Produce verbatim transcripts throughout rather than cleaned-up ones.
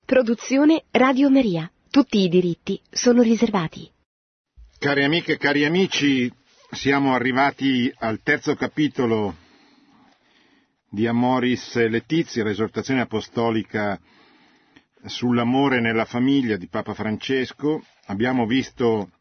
Produzione Radio Maria. Tutti i diritti sono riservati. Cari amiche e cari amici, siamo arrivati al terzo capitolo di Amoris Laetitia, l'esortazione apostolica sull'amore nella famiglia di Papa Francesco. Abbiamo visto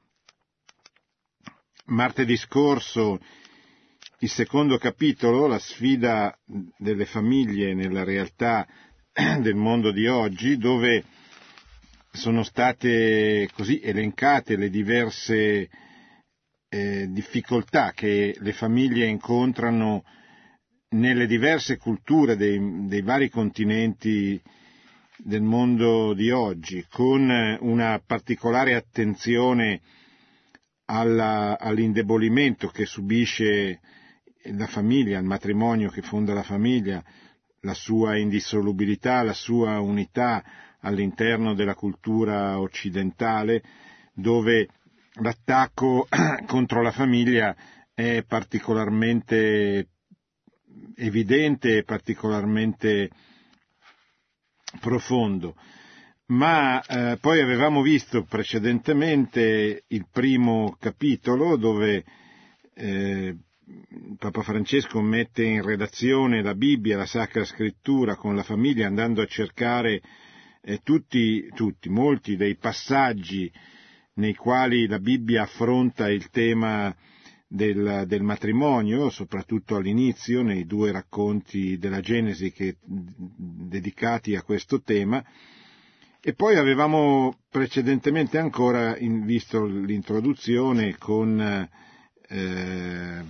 martedì scorso il secondo capitolo, la sfida delle famiglie nella realtà del mondo di oggi, dove sono state così elencate le diverse eh, difficoltà che le famiglie incontrano nelle diverse culture dei, dei vari continenti del mondo di oggi, con una particolare attenzione alla, all'indebolimento che subisce la famiglia, il matrimonio che fonda la famiglia, la sua indissolubilità, la sua unità all'interno della cultura occidentale, dove l'attacco contro la famiglia è particolarmente evidente e particolarmente profondo. Ma eh, poi avevamo visto precedentemente il primo capitolo dove eh, Papa Francesco mette in redazione la Bibbia, la Sacra Scrittura con la famiglia, andando a cercare eh, tutti, tutti, molti dei passaggi nei quali la Bibbia affronta il tema del, del matrimonio, soprattutto all'inizio, nei due racconti della Genesi che, dedicati a questo tema. E poi avevamo precedentemente ancora in, visto l'introduzione con Eh,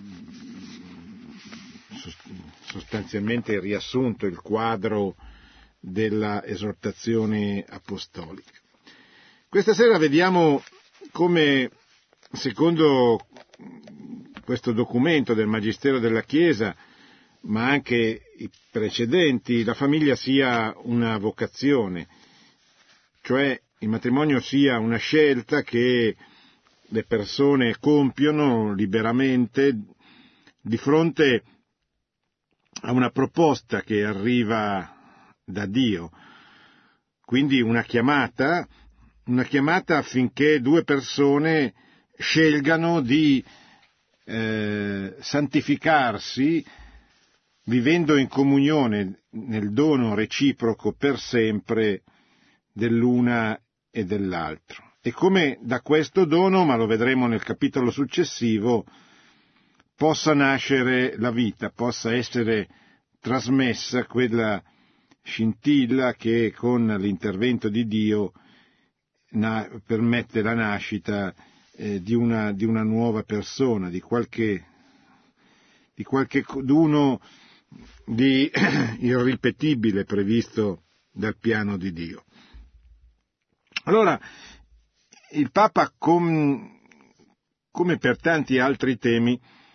sostanzialmente il riassunto, il quadro della esortazione apostolica. Questa sera vediamo come, secondo questo documento del Magistero della Chiesa, ma anche i precedenti, la famiglia sia una vocazione, cioè il matrimonio sia una scelta che le persone compiono liberamente di fronte a una proposta che arriva da Dio, quindi una chiamata, una chiamata affinché due persone scelgano di eh, santificarsi vivendo in comunione nel dono reciproco per sempre dell'una e dell'altro. E come da questo dono, ma lo vedremo nel capitolo successivo, possa nascere la vita, possa essere trasmessa quella scintilla che con l'intervento di Dio na- permette la nascita eh, di, una, di una nuova persona, di qualche di qualcheduno di irripetibile previsto dal piano di Dio. Allora, il Papa, com, come per tanti altri temi,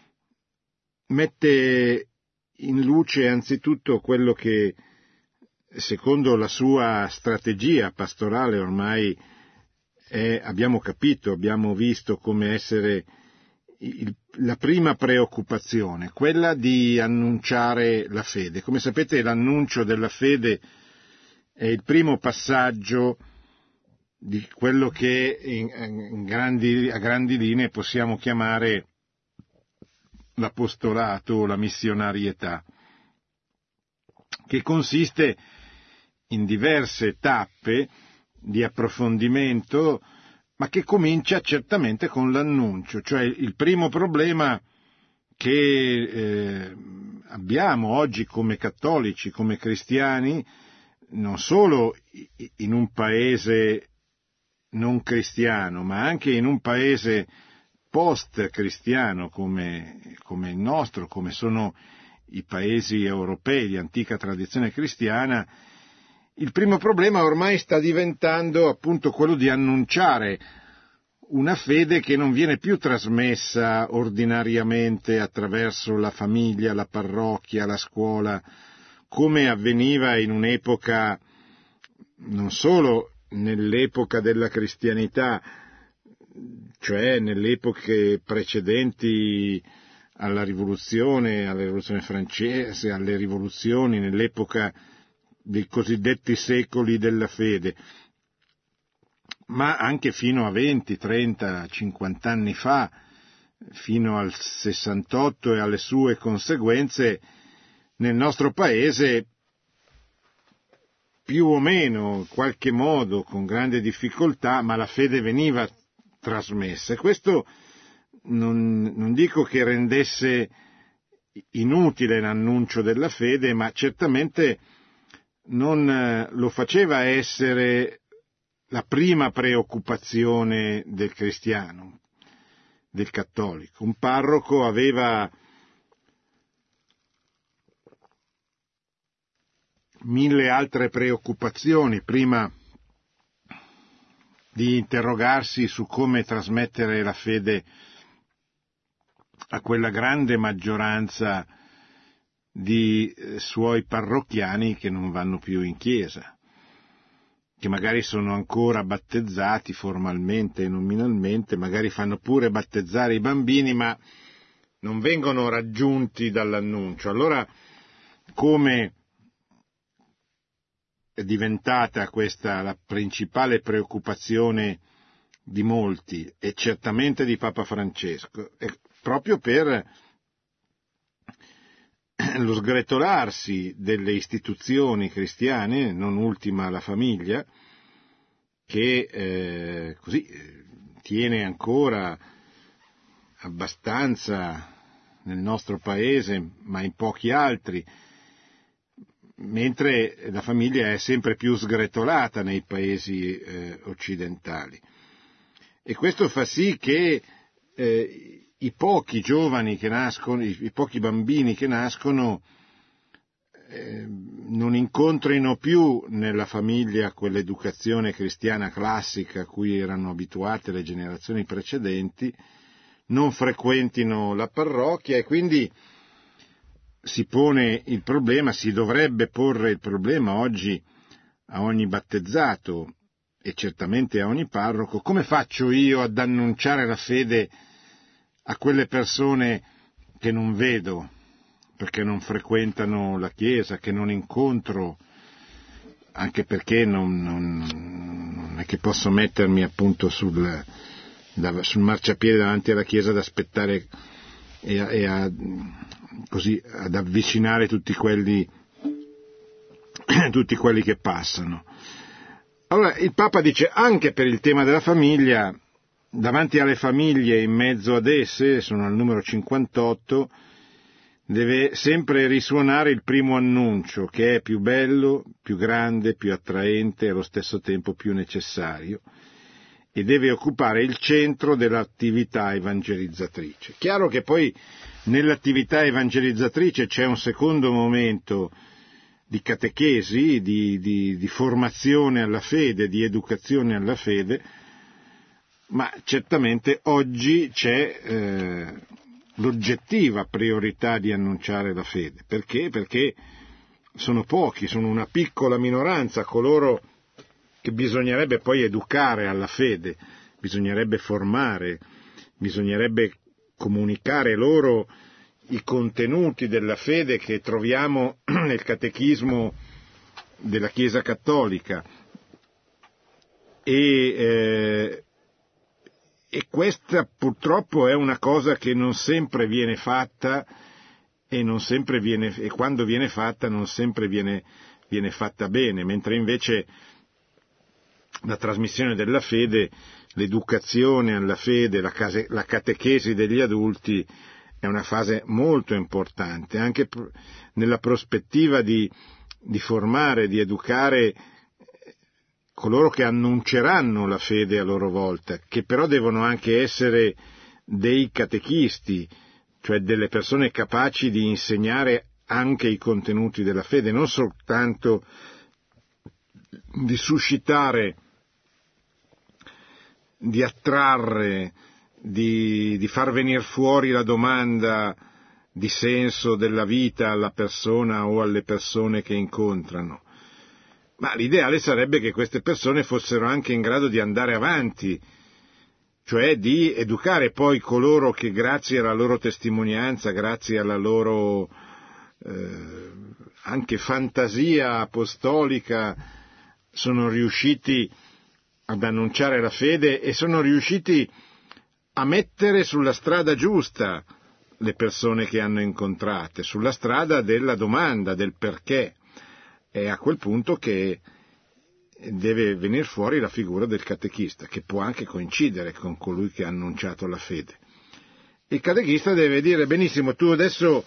mette in luce anzitutto quello che, secondo la sua strategia pastorale, ormai è, abbiamo capito, abbiamo visto come essere il, la prima preoccupazione, quella di annunciare la fede. Come sapete, l'annuncio della fede è il primo passaggio di quello che in, in grandi, a grandi linee possiamo chiamare l'apostolato o la missionarietà, che consiste in diverse tappe di approfondimento, ma che comincia certamente con l'annuncio. Cioè il primo problema che eh, abbiamo oggi come cattolici, come cristiani, non solo in un paese non cristiano, ma anche in un paese post-cristiano come, come il nostro, come sono i paesi europei di antica tradizione cristiana, il primo problema ormai sta diventando appunto quello di annunciare una fede che non viene più trasmessa ordinariamente attraverso la famiglia, la parrocchia, la scuola, come avveniva in un'epoca, non solo nell'epoca della cristianità, cioè nelle epoche precedenti alla rivoluzione, alla rivoluzione francese, alle rivoluzioni, nell'epoca dei cosiddetti secoli della fede, ma anche fino a venti, trenta, cinquanta anni fa, fino al sessantotto e alle sue conseguenze, nel nostro paese, più o meno, in qualche modo, con grande difficoltà, ma la fede veniva trasmessa. E questo non, non dico che rendesse inutile l'annuncio della fede, ma certamente non lo faceva essere la prima preoccupazione del cristiano, del cattolico. Un parroco aveva mille altre preoccupazioni prima di interrogarsi su come trasmettere la fede a quella grande maggioranza di eh, suoi parrocchiani che non vanno più in chiesa, che magari sono ancora battezzati formalmente e nominalmente, magari fanno pure battezzare i bambini, ma non vengono raggiunti dall'annuncio. Allora, come è diventata questa la principale preoccupazione di molti, e certamente di Papa Francesco, è proprio per lo sgretolarsi delle istituzioni cristiane, non ultima la famiglia, che eh, così tiene ancora abbastanza nel nostro paese, ma in pochi altri, mentre la famiglia è sempre più sgretolata nei paesi eh, occidentali. E questo fa sì che eh, i pochi giovani che nascono, i, i pochi bambini che nascono, eh, non incontrino più nella famiglia quell'educazione cristiana classica a cui erano abituate le generazioni precedenti, non frequentino la parrocchia, e quindi si pone il problema, si dovrebbe porre il problema oggi a ogni battezzato e certamente a ogni parroco: come faccio io ad annunciare la fede a quelle persone che non vedo, perché non frequentano la chiesa, che non incontro, anche perché non, non, non è che posso mettermi appunto sul, sul marciapiede davanti alla chiesa ad aspettare e, a, e a, così ad avvicinare tutti quelli tutti quelli che passano. Allora il Papa dice: anche per il tema della famiglia, davanti alle famiglie e in mezzo ad esse, sono al numero cinquantotto, deve sempre risuonare il primo annuncio, che è più bello, più grande, più attraente e allo stesso tempo più necessario, e deve occupare il centro dell'attività evangelizzatrice. Chiaro che poi nell'attività evangelizzatrice c'è un secondo momento di catechesi, di, di, di formazione alla fede, di educazione alla fede, ma certamente oggi c'è eh, l'oggettiva priorità di annunciare la fede. Perché? Perché sono pochi, sono una piccola minoranza coloro che bisognerebbe poi educare alla fede, bisognerebbe formare, bisognerebbe comunicare loro i contenuti della fede che troviamo nel catechismo della Chiesa Cattolica. E, eh, e questa purtroppo è una cosa che non sempre viene fatta, e non sempre viene, e quando viene fatta non sempre viene, viene fatta bene, mentre invece la trasmissione della fede, l'educazione alla fede, la, case, la catechesi degli adulti è una fase molto importante, anche nella prospettiva di, di formare, di educare coloro che annunceranno la fede a loro volta, che però devono anche essere dei catechisti, cioè delle persone capaci di insegnare anche i contenuti della fede, non soltanto di suscitare, di attrarre, di, di far venire fuori la domanda di senso della vita alla persona o alle persone che incontrano. Ma l'ideale sarebbe che queste persone fossero anche in grado di andare avanti, cioè di educare poi coloro che grazie alla loro testimonianza, grazie alla loro eh, anche fantasia apostolica sono riusciti ad annunciare la fede e sono riusciti a mettere sulla strada giusta le persone che hanno incontrate, sulla strada della domanda, del perché. È a quel punto che deve venire fuori la figura del catechista, che può anche coincidere con colui che ha annunciato la fede. Il catechista deve dire: benissimo, tu adesso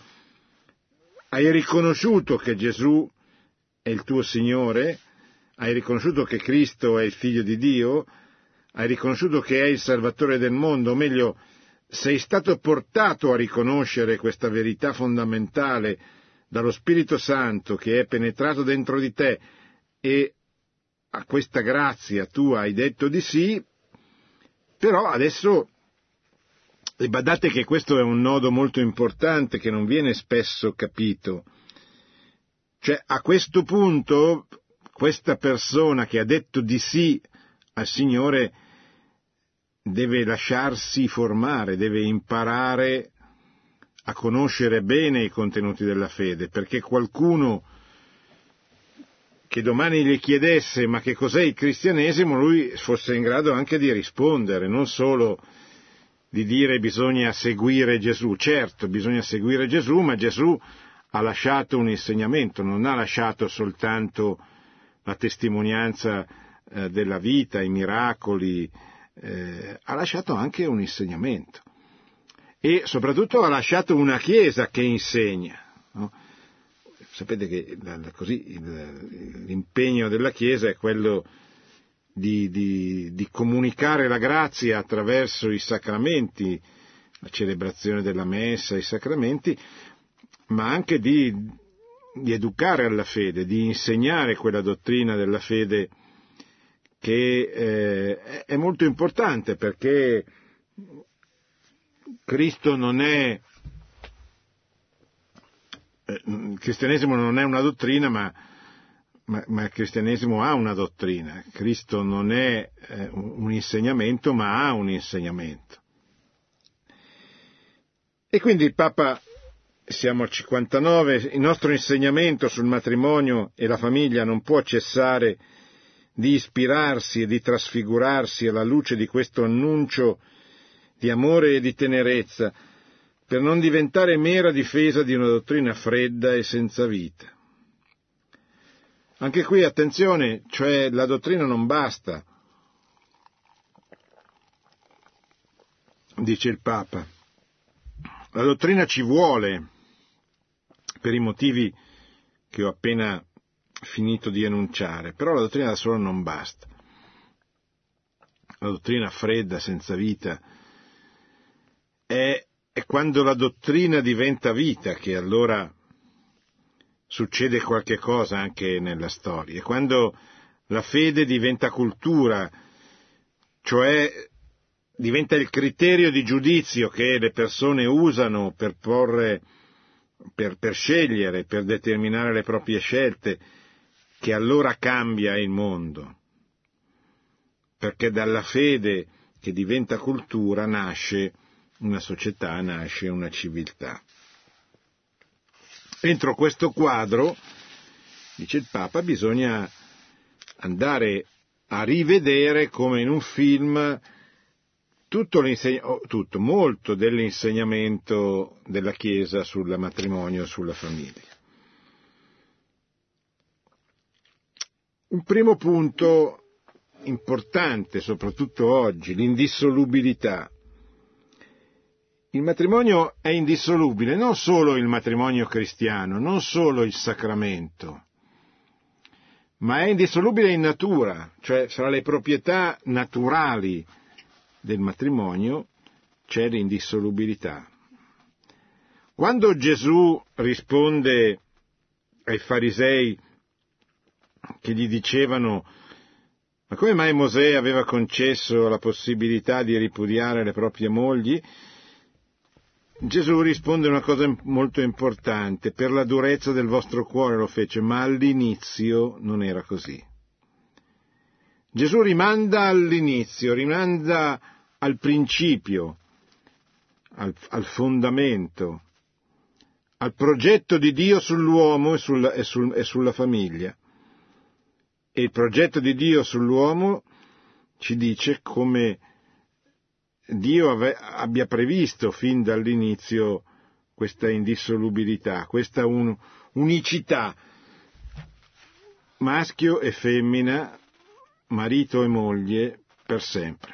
hai riconosciuto che Gesù è il tuo Signore, hai riconosciuto che Cristo è il Figlio di Dio, hai riconosciuto che è il Salvatore del mondo, o meglio, sei stato portato a riconoscere questa verità fondamentale dallo Spirito Santo che è penetrato dentro di te, e a questa grazia tu hai detto di sì. Però adesso, e badate che questo è un nodo molto importante che non viene spesso capito, cioè a questo punto questa persona che ha detto di sì al Signore deve lasciarsi formare, deve imparare a conoscere bene i contenuti della fede, perché qualcuno che domani gli chiedesse ma che cos'è il cristianesimo, lui fosse in grado anche di rispondere, non solo di dire bisogna seguire Gesù. Certo, bisogna seguire Gesù, ma Gesù ha lasciato un insegnamento, non ha lasciato soltanto la testimonianza eh, della vita, i miracoli, eh, ha lasciato anche un insegnamento. E soprattutto ha lasciato una Chiesa che insegna, no? Sapete che così l'impegno della Chiesa è quello di, di, di comunicare la grazia attraverso i sacramenti, la celebrazione della messa, i sacramenti, ma anche di, di educare alla fede, di insegnare quella dottrina della fede che eh, è molto importante, perché Cristo non è, eh, il cristianesimo non è una dottrina, ma, ma, ma il cristianesimo ha una dottrina. Cristo non è eh, un insegnamento, ma ha un insegnamento. E quindi il Papa, siamo al cinquantanove, il nostro insegnamento sul matrimonio e la famiglia non può cessare di ispirarsi e di trasfigurarsi alla luce di questo annuncio di amore e di tenerezza, per non diventare mera difesa di una dottrina fredda e senza vita. Anche qui attenzione, cioè la dottrina non basta, dice il Papa. La dottrina ci vuole, per i motivi che ho appena finito di enunciare, però la dottrina da sola non basta. La dottrina fredda, senza vita, è, è quando la dottrina diventa vita che allora succede qualche cosa anche nella storia. È quando la fede diventa cultura, cioè diventa il criterio di giudizio che le persone usano per porre, per, per scegliere, per determinare le proprie scelte, che allora cambia il mondo. Perché dalla fede che diventa cultura nasce una società, nasce una civiltà. Entro questo quadro, dice il Papa, bisogna andare a rivedere come in un film tutto, tutto molto dell'insegnamento della Chiesa sul matrimonio e sulla famiglia. Un primo punto importante, soprattutto oggi, l'indissolubilità. Il matrimonio è indissolubile, non solo il matrimonio cristiano, non solo il sacramento, ma è indissolubile in natura, cioè fra le proprietà naturali del matrimonio c'è l'indissolubilità. Quando Gesù risponde ai farisei che gli dicevano: ma come mai Mosè aveva concesso la possibilità di ripudiare le proprie mogli? Gesù risponde una cosa molto importante: per la durezza del vostro cuore lo fece, ma all'inizio non era così. Gesù rimanda all'inizio, rimanda al principio, al, al fondamento, al progetto di Dio sull'uomo e, sul, e, sul, e sulla famiglia. E il progetto di Dio sull'uomo ci dice come Dio ave, abbia previsto fin dall'inizio questa indissolubilità, questa un, unicità, maschio e femmina, marito e moglie, per sempre.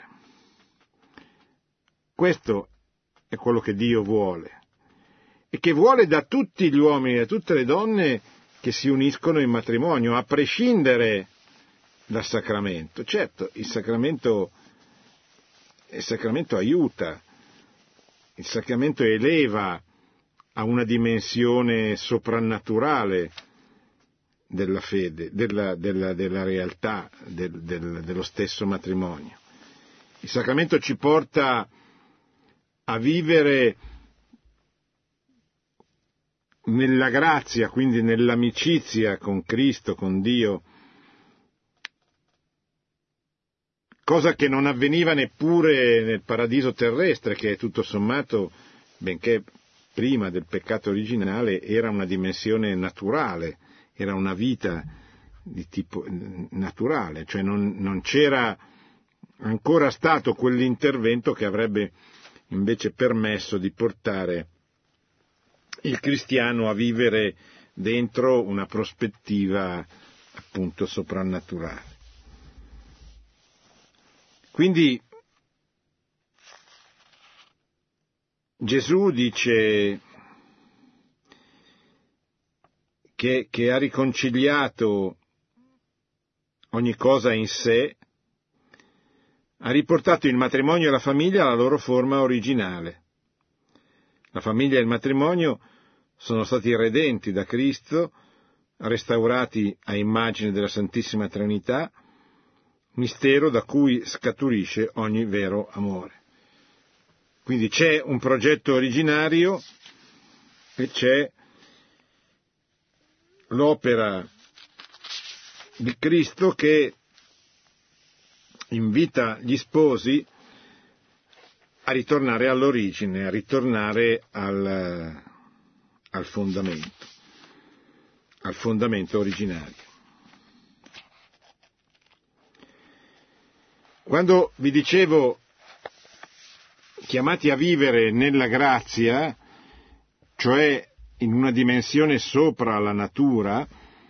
Questo è quello che Dio vuole, e che vuole da tutti gli uomini e da tutte le donne che si uniscono in matrimonio, a prescindere dal sacramento. Certo, il sacramento, il sacramento aiuta, il sacramento eleva a una dimensione soprannaturale della fede, della, della, della realtà del, del, dello stesso matrimonio. Il sacramento ci porta a vivere nella grazia, quindi nell'amicizia con Cristo, con Dio, cosa che non avveniva neppure nel paradiso terrestre, che tutto sommato, benché prima del peccato originale, era una dimensione naturale, era una vita di tipo naturale, cioè non, non c'era ancora stato quell'intervento che avrebbe invece permesso di portare il cristiano a vivere dentro una prospettiva appunto soprannaturale. Quindi Gesù dice che, che ha riconciliato ogni cosa in sé, ha riportato il matrimonio e la famiglia alla loro forma originale. La famiglia e il matrimonio sono stati redenti da Cristo, restaurati a immagine della Santissima Trinità, mistero da cui scaturisce ogni vero amore. Quindi c'è un progetto originario e c'è l'opera di Cristo che invita gli sposi a ritornare all'origine, a ritornare al, al fondamento, al fondamento originario. Quando vi dicevo chiamati a vivere nella grazia, cioè in una dimensione sopra la natura,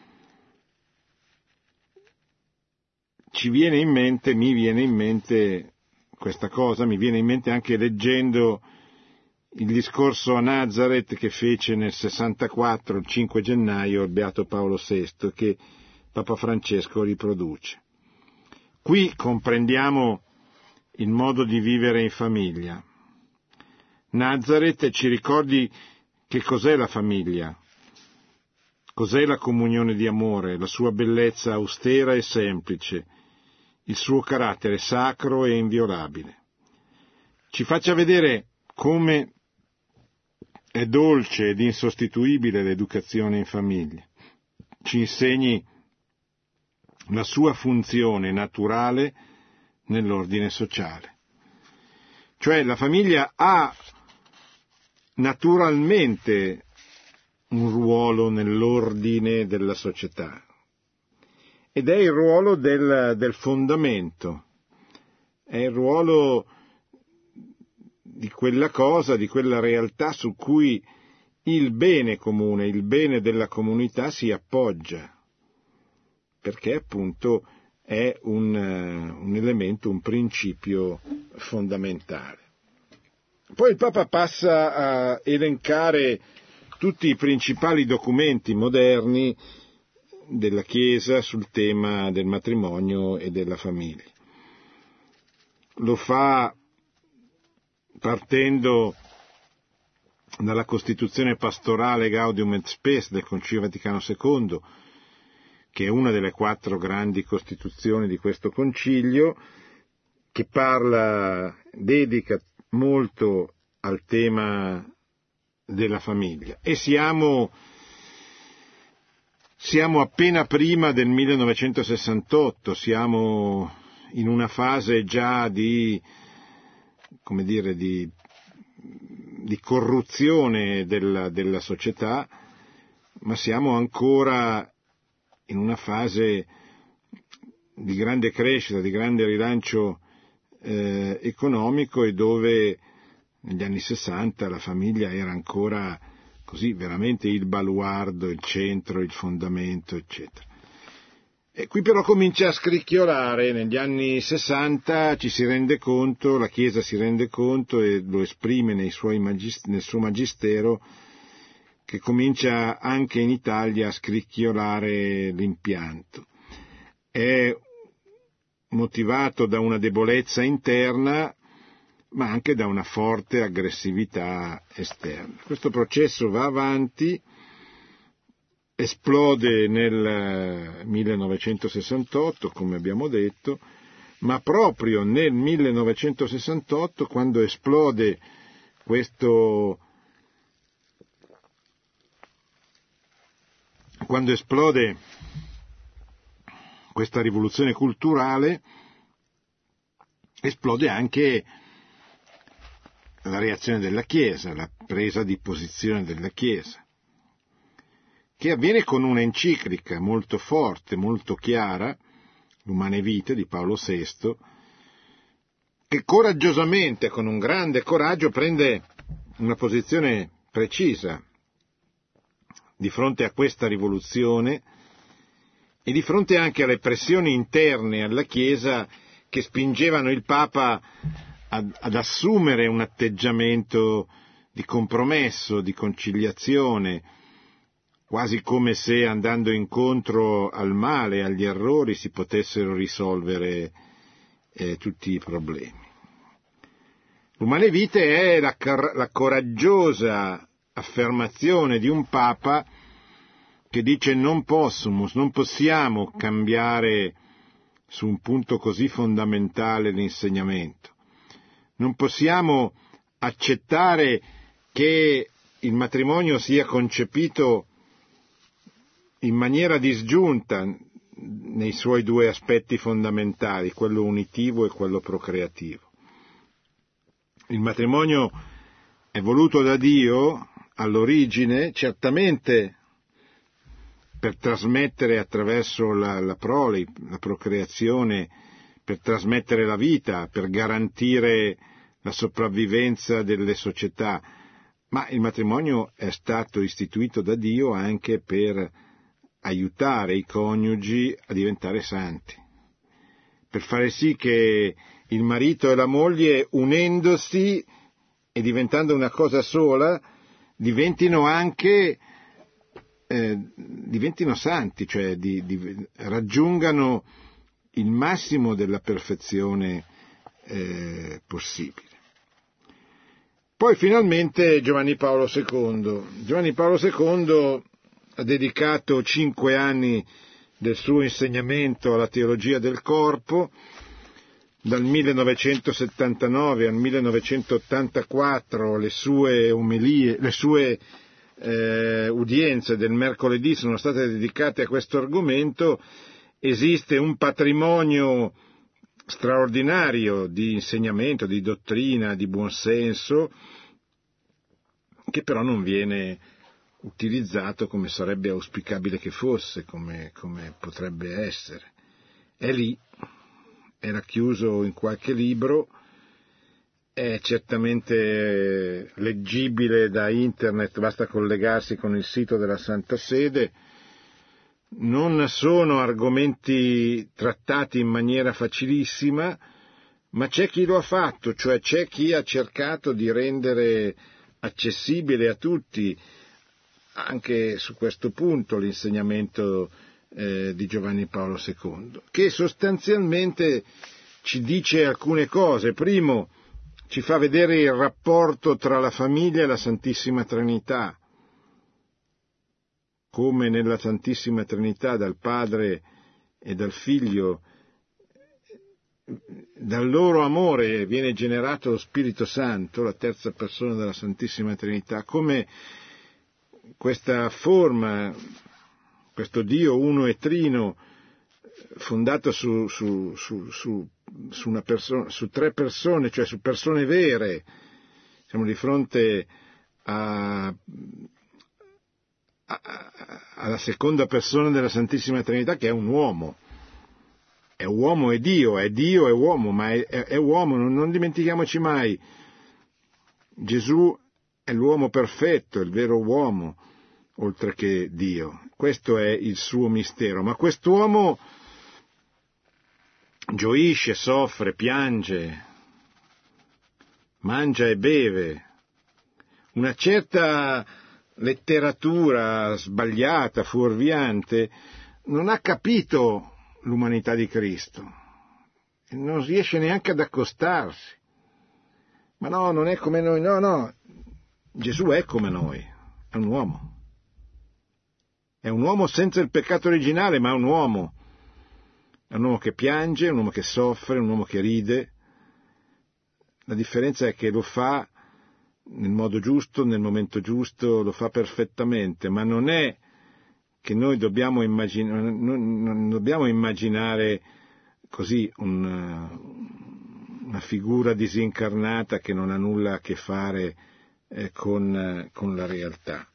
ci viene in mente, mi viene in mente questa cosa, mi viene in mente anche leggendo il discorso a Nazareth che fece nel sessantaquattro, il cinque gennaio, il Beato Paolo sesto, che Papa Francesco riproduce. Qui comprendiamo il modo di vivere in famiglia. Nazareth ci ricordi che cos'è la famiglia, cos'è la comunione di amore, la sua bellezza austera e semplice, il suo carattere sacro e inviolabile. Ci faccia vedere come è dolce ed insostituibile l'educazione in famiglia. Ci insegni la sua funzione naturale nell'ordine sociale. Cioè la famiglia ha naturalmente un ruolo nell'ordine della società ed è il ruolo del, del fondamento, è il ruolo di quella cosa, di quella realtà su cui il bene comune, il bene della comunità si appoggia, perché appunto è un, un elemento, un principio fondamentale. Poi il Papa passa a elencare tutti i principali documenti moderni della Chiesa sul tema del matrimonio e della famiglia. Lo fa partendo dalla Costituzione pastorale Gaudium et Spes del Concilio Vaticano secondo, che è una delle quattro grandi costituzioni di questo concilio, che parla, dedica molto al tema della famiglia. E siamo, siamo appena prima del millenovecentosessantotto, siamo in una fase già di, come dire, di, di corruzione della, della società, ma siamo ancora in una fase di grande crescita, di grande rilancio eh, economico, e dove negli anni sessanta la famiglia era ancora così veramente il baluardo, il centro, il fondamento, eccetera. E qui però comincia a scricchiolare. Negli anni sessanta ci si rende conto, la Chiesa si rende conto e lo esprime nei suoi magist- nel suo magistero, che comincia anche in Italia a scricchiolare l'impianto. È motivato da una debolezza interna, ma anche da una forte aggressività esterna. Questo processo va avanti, esplode nel millenovecentosessantotto, come abbiamo detto, ma proprio nel millenovecentosessantotto, quando esplode questo quando esplode questa rivoluzione culturale, esplode anche la reazione della Chiesa, la presa di posizione della Chiesa, che avviene con un'enciclica molto forte, molto chiara, l'Umane Vitae di Paolo sesto, che coraggiosamente, con un grande coraggio, prende una posizione precisa di fronte a questa rivoluzione e di fronte anche alle pressioni interne alla Chiesa che spingevano il Papa ad, ad assumere un atteggiamento di compromesso, di conciliazione, quasi come se andando incontro al male, agli errori, si potessero risolvere eh, tutti i problemi. L'Umane Vitae è la, la coraggiosa affermazione di un Papa che dice non possumus, non possiamo cambiare su un punto così fondamentale l'insegnamento. Non possiamo accettare che il matrimonio sia concepito in maniera disgiunta nei suoi due aspetti fondamentali, quello unitivo e quello procreativo. Il matrimonio è voluto da Dio all'origine, certamente per trasmettere attraverso la, la prole, la procreazione, per trasmettere la vita, per garantire la sopravvivenza delle società, ma il matrimonio è stato istituito da Dio anche per aiutare i coniugi a diventare santi, per fare sì che il marito e la moglie, unendosi e diventando una cosa sola, diventino anche eh, diventino santi, cioè di, di, raggiungano il massimo della perfezione eh, possibile. Poi finalmente Giovanni Paolo secondo. Giovanni Paolo secondo ha dedicato cinque anni del suo insegnamento alla teologia del corpo, dal millenovecentosettantanove al millenovecentottantaquattro le sue omelie, le sue eh, udienze del mercoledì sono state dedicate a questo argomento. Esiste un patrimonio straordinario di insegnamento, di dottrina, di buonsenso, che però non viene utilizzato come sarebbe auspicabile che fosse, come, come potrebbe essere. È lì, è racchiuso in qualche libro, è certamente leggibile da internet, basta collegarsi con il sito della Santa Sede. Non sono argomenti trattati in maniera facilissima, ma c'è chi lo ha fatto, cioè c'è chi ha cercato di rendere accessibile a tutti, anche su questo punto, l'insegnamento eh, di Giovanni Paolo secondo, che sostanzialmente ci dice alcune cose. Primo, ci fa vedere il rapporto tra la famiglia e la Santissima Trinità, come nella Santissima Trinità dal Padre e dal Figlio, dal loro amore viene generato lo Spirito Santo, la terza persona della Santissima Trinità, come questa forma, questo Dio uno e trino, fondato su, su, su, su, su, una persona, su tre persone, cioè su persone vere, Siamo di fronte a, a, a, alla seconda persona della Santissima Trinità, che è un uomo. È uomo e Dio, è Dio e uomo, ma è, è, è uomo, non, non dimentichiamoci mai. Gesù è l'uomo perfetto, il vero uomo, oltre che Dio. Questo è il suo mistero. Ma quest'uomo gioisce, soffre, piange, mangia e beve. Una certa letteratura sbagliata, fuorviante, non ha capito l'umanità di Cristo. Non riesce neanche ad accostarsi. Ma no, non è come noi, no, no. Gesù è come noi, è un uomo. È un uomo senza il peccato originale, ma è un uomo. È un uomo che piange, un uomo che soffre, un uomo che ride. La differenza è che lo fa nel modo giusto, nel momento giusto, lo fa perfettamente, ma non è che noi dobbiamo immaginare, non dobbiamo immaginare così un, una figura disincarnata che non ha nulla a che fare eh, con, con la realtà.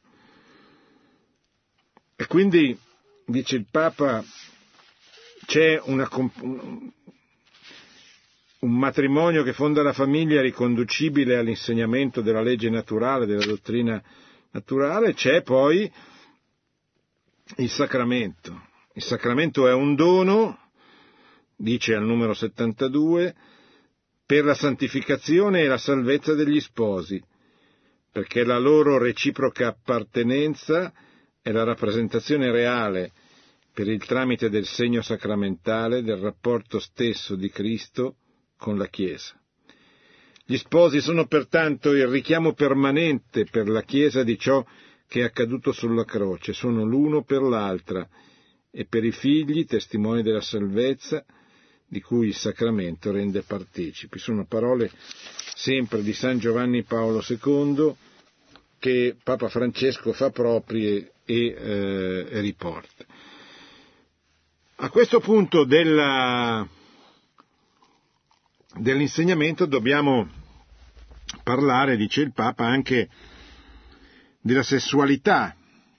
E quindi, dice il Papa, c'è una, un matrimonio che fonda la famiglia riconducibile all'insegnamento della legge naturale, della dottrina naturale, c'è poi il sacramento. Il sacramento è un dono, dice al numero settantadue, per la santificazione e la salvezza degli sposi, perché la loro reciproca appartenenza è la rappresentazione reale, per il tramite del segno sacramentale, del rapporto stesso di Cristo con la Chiesa. Gli sposi sono pertanto il richiamo permanente per la Chiesa di ciò che è accaduto sulla croce, sono l'uno per l'altra, e per i figli testimoni della salvezza di cui il sacramento rende partecipi. Sono parole sempre di San Giovanni Paolo secondo che Papa Francesco fa proprie e eh, riporta. A questo punto della, dell'insegnamento dobbiamo parlare, dice il Papa, anche della sessualità,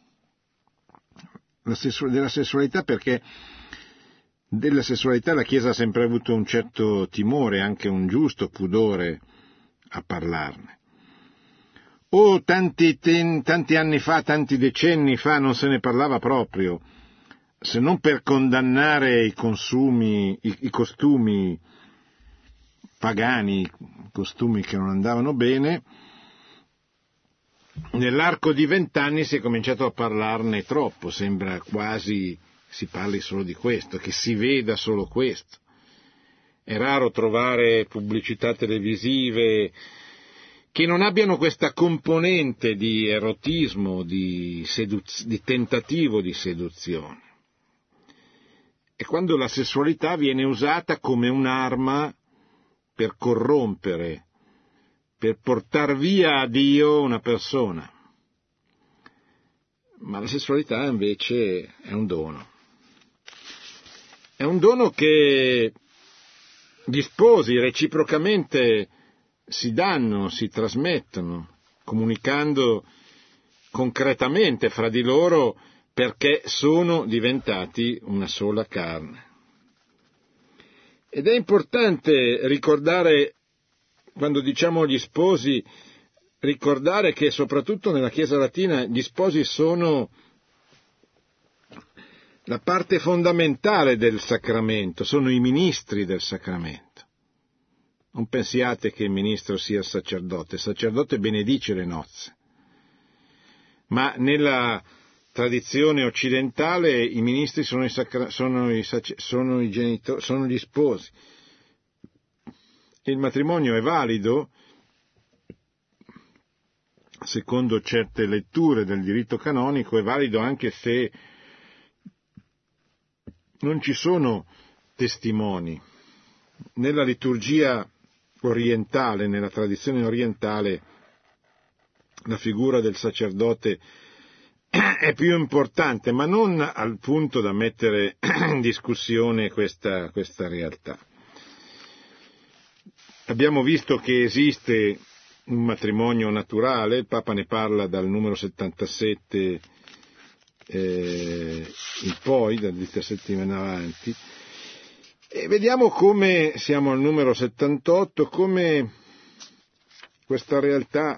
la sessu- della sessualità perché della sessualità la Chiesa ha sempre avuto un certo timore, anche un giusto pudore a parlarne. O tanti, ten, tanti anni fa, tanti decenni fa non se ne parlava proprio, se non per condannare i consumi, i, i costumi pagani, costumi che non andavano bene. Nell'arco di vent'anni si è cominciato a parlarne troppo, sembra quasi si parli solo di questo, che si veda solo questo. È raro trovare pubblicità televisive che non abbiano questa componente di erotismo, di, seduz- di tentativo di seduzione. E quando la sessualità viene usata come un'arma per corrompere, per portar via a Dio una persona. Ma la sessualità invece è un dono. È un dono che gli sposi reciprocamente si danno, si trasmettono, comunicando concretamente fra di loro perché sono diventati una sola carne. Ed è importante ricordare, quando diciamo gli sposi, ricordare che soprattutto nella Chiesa latina gli sposi sono la parte fondamentale del sacramento, sono i ministri del sacramento. Non pensiate che il ministro sia il sacerdote, il sacerdote benedice le nozze. Ma nella tradizione occidentale i ministri sono, i sacra- sono, i sac- sono, i genitori, sono gli sposi. Il matrimonio è valido, secondo certe letture del diritto canonico, è valido anche se non ci sono testimoni. Nella liturgia orientale, nella tradizione orientale, la figura del sacerdote è più importante, ma non al punto da mettere in discussione questa, questa realtà. Abbiamo visto che esiste un matrimonio naturale, il Papa ne parla dal numero settantasette eh, in poi, dal diciassette in avanti, e vediamo come, siamo al numero settantotto, come questa realtà,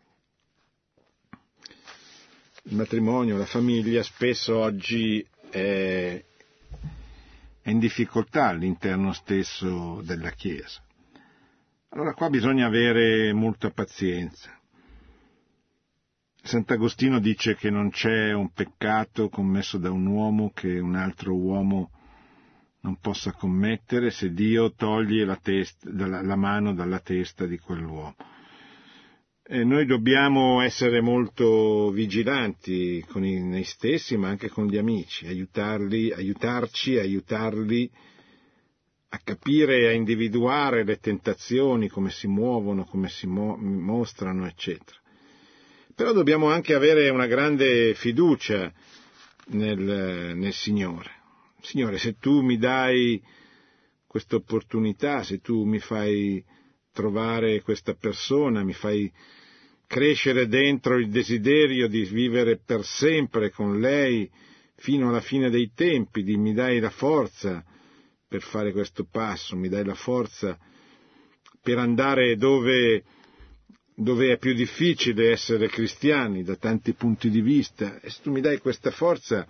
il matrimonio, la famiglia, spesso oggi è, è in difficoltà all'interno stesso della Chiesa. Allora qua bisogna avere molta pazienza. Sant'Agostino dice che non c'è un peccato commesso da un uomo che un altro uomo non possa commettere se Dio toglie la, testa, la mano dalla testa di quell'uomo. E noi dobbiamo essere molto vigilanti con i, noi stessi, ma anche con gli amici, aiutarli, aiutarci, aiutarli a capire e a individuare le tentazioni, come si muovono, come si mo- mostrano, eccetera. Però dobbiamo anche avere una grande fiducia nel, nel Signore. Signore, se tu mi dai questa opportunità, se tu mi fai trovare questa persona, mi fai crescere dentro il desiderio di vivere per sempre con lei fino alla fine dei tempi, di, mi dai la forza per fare questo passo, mi dai la forza per andare dove, dove è più difficile essere cristiani da tanti punti di vista, e se tu mi dai questa forza,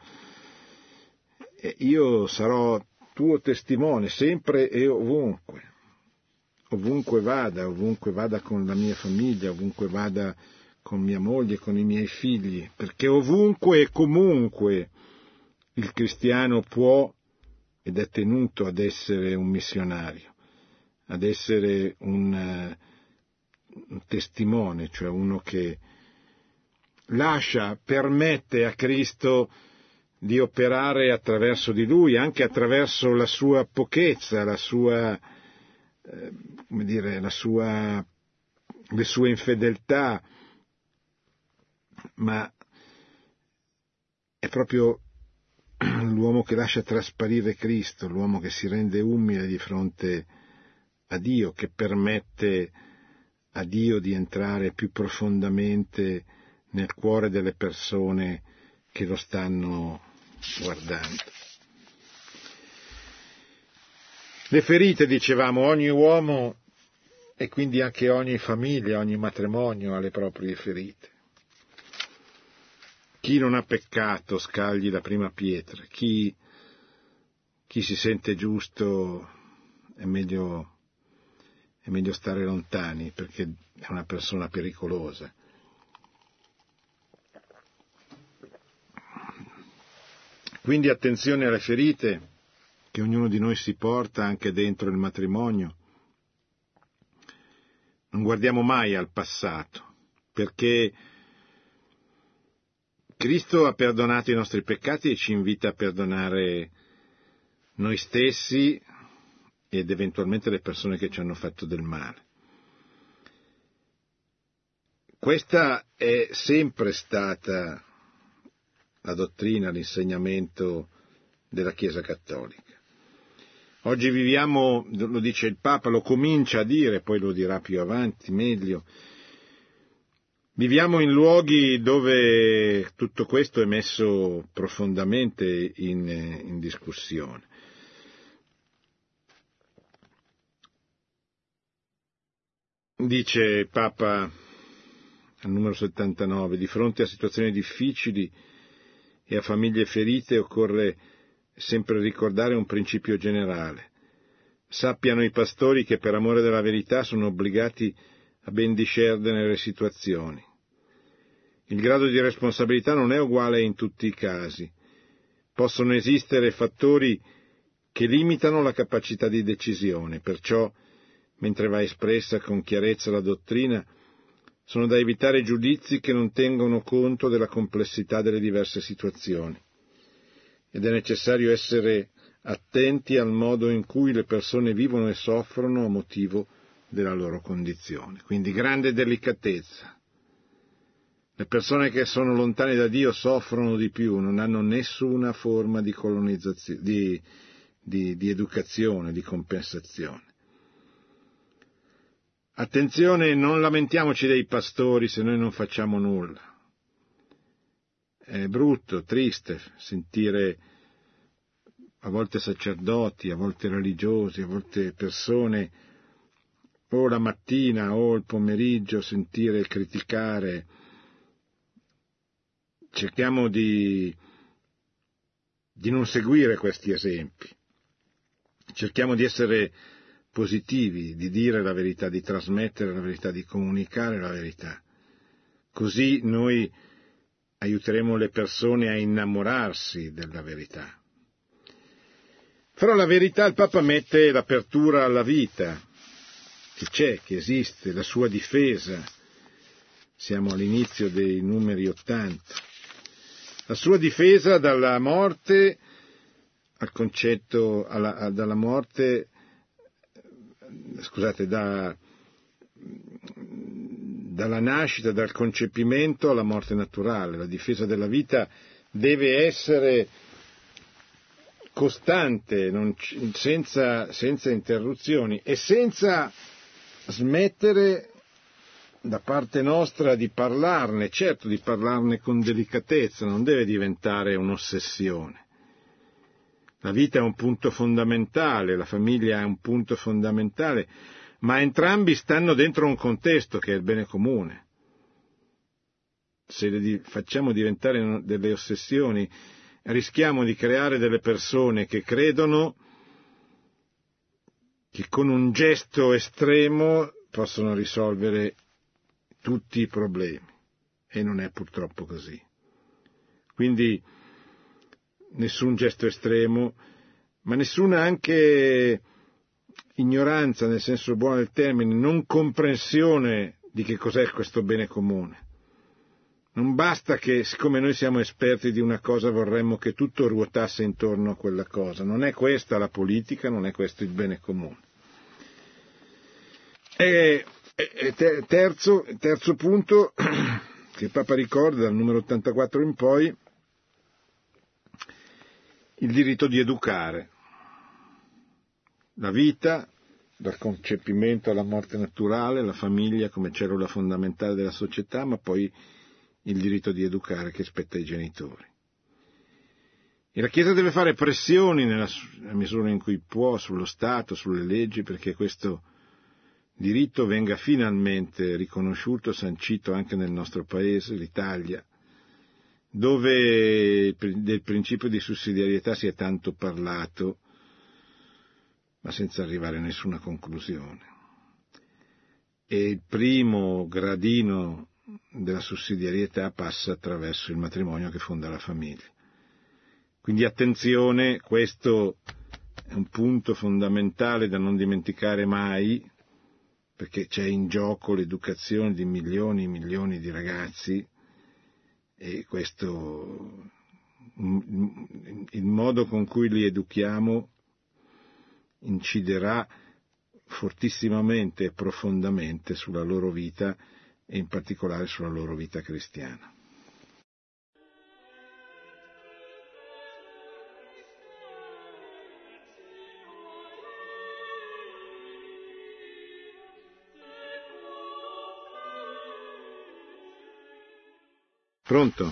io sarò tuo testimone sempre e ovunque, ovunque vada, ovunque vada con la mia famiglia, ovunque vada con mia moglie, con i miei figli, perché ovunque e comunque il cristiano può ed è tenuto ad essere un missionario, ad essere un, un testimone, cioè uno che lascia, permette a Cristo di operare attraverso di lui, anche attraverso la sua pochezza, la sua, eh, come dire, la sua, le sue infedeltà, ma è proprio l'uomo che lascia trasparire Cristo, l'uomo che si rende umile di fronte a Dio, che permette a Dio di entrare più profondamente nel cuore delle persone che lo stanno guardando. Le ferite, dicevamo, ogni uomo e quindi anche ogni famiglia, ogni matrimonio ha le proprie ferite. Chi non ha peccato scagli la prima pietra, chi, chi si sente giusto è meglio, è meglio stare lontani perché è una persona pericolosa. Quindi attenzione alle ferite che ognuno di noi si porta anche dentro il matrimonio. Non guardiamo mai al passato, perché Cristo ha perdonato i nostri peccati e ci invita a perdonare noi stessi ed eventualmente le persone che ci hanno fatto del male. Questa è sempre stata la dottrina, l'insegnamento della Chiesa Cattolica. Oggi viviamo, lo dice il Papa, lo comincia a dire, poi lo dirà più avanti, meglio, viviamo in luoghi dove tutto questo è messo profondamente in, in discussione. Dice il Papa al numero settantanove, di fronte a situazioni difficili e a famiglie ferite occorre sempre ricordare un principio generale. Sappiano i pastori che per amore della verità sono obbligati a ben discernere le situazioni. Il grado di responsabilità non è uguale in tutti i casi. Possono esistere fattori che limitano la capacità di decisione, perciò, mentre va espressa con chiarezza la dottrina, sono da evitare giudizi che non tengono conto della complessità delle diverse situazioni. Ed è necessario essere attenti al modo in cui le persone vivono e soffrono a motivo della loro condizione. Quindi grande delicatezza. Le persone che sono lontane da Dio soffrono di più, non hanno nessuna forma di colonizzazione, di, di, di educazione, di compensazione. Attenzione, non lamentiamoci dei pastori se noi non facciamo nulla. È brutto, triste sentire a volte sacerdoti, a volte religiosi, a volte persone, o la mattina o il pomeriggio, sentire e criticare. Cerchiamo di, di non seguire questi esempi. Cerchiamo di essere positivi, di dire la verità, di trasmettere la verità, di comunicare la verità. Così noi aiuteremo le persone a innamorarsi della verità. Però la verità, il Papa mette l'apertura alla vita, che c'è, che esiste, la sua difesa. Siamo all'inizio dei numeri ottanta. La sua difesa dalla morte al concetto, alla, dalla morte, scusate, da, dalla nascita, dal concepimento alla morte naturale. La difesa della vita deve essere costante, non, senza, senza interruzioni e senza smettere da parte nostra di parlarne, certo di parlarne con delicatezza, non deve diventare un'ossessione. La vita è un punto fondamentale, la famiglia è un punto fondamentale, ma entrambi stanno dentro un contesto che è il bene comune. Se le facciamo diventare delle ossessioni, rischiamo di creare delle persone che credono che con un gesto estremo possono risolvere tutti i problemi, e non è purtroppo così. Quindi nessun gesto estremo, ma nessuna anche ignoranza, nel senso buono del termine, non comprensione di che cos'è questo bene comune. Non basta che, siccome noi siamo esperti di una cosa, vorremmo che tutto ruotasse intorno a quella cosa. Non è questa la politica, non è questo il bene comune. E, e terzo, terzo punto, che il Papa ricorda dal numero ottantaquattro in poi, il diritto di educare. La vita, dal concepimento alla morte naturale, la famiglia come cellula fondamentale della società, ma poi il diritto di educare che spetta ai genitori. E la Chiesa deve fare pressioni nella misura in cui può sullo Stato, sulle leggi, perché questo diritto venga finalmente riconosciuto, sancito anche nel nostro paese, l'Italia, dove del principio di sussidiarietà si è tanto parlato, ma senza arrivare a nessuna conclusione. E il primo gradino della sussidiarietà passa attraverso il matrimonio che fonda la famiglia. Quindi attenzione, questo è un punto fondamentale da non dimenticare mai, perché c'è in gioco l'educazione di milioni e milioni di ragazzi, e questo, il modo con cui li educhiamo inciderà fortissimamente e profondamente sulla loro vita, e in particolare sulla loro vita cristiana. Pronto?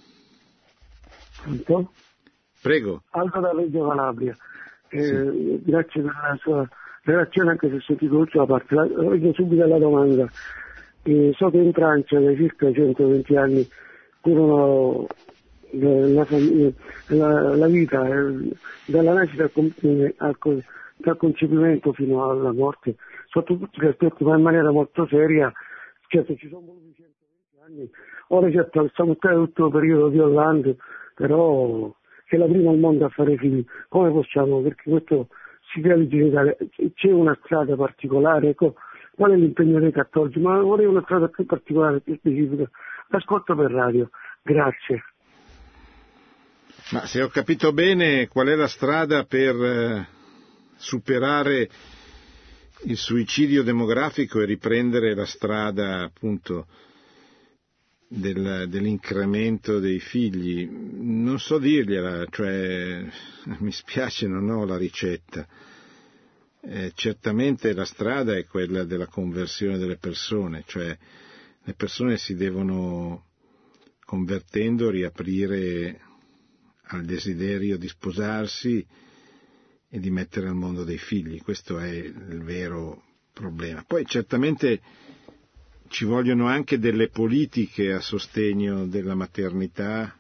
Pronto? Prego. Aldo da Reggio Calabria. Eh, sì. Grazie per la sua relazione, anche se ho sentito l'ultima parte. Voglio subito la domanda. Eh, so che in Francia da circa centoventi anni curano la, la, la vita eh, dalla nascita al, al, dal concepimento fino alla morte sotto tutti gli aspetti, ma in maniera molto seria. Certo, ci sono voluti centoventi anni. Ora certo stiamo in tutto il periodo di Hollande, però che è la prima al mondo a fare figli. Come possiamo? Perché questo si realizza in Italia. C'è una strada particolare, ecco, qual è l'impegno dei cattolici? Ma vorrei una strada più particolare, più specifica. L'ascolto per radio. Grazie. Ma se ho capito bene, qual è la strada per eh, superare il suicidio demografico e riprendere la strada, appunto, del, dell'incremento dei figli? Non so dirgliela, cioè mi spiace, non ho la ricetta. Eh, certamente la strada è quella della conversione delle persone, cioè le persone si devono, convertendo, riaprire al desiderio di sposarsi e di mettere al mondo dei figli. Questo è il vero problema. Poi certamente ci vogliono anche delle politiche a sostegno della maternità,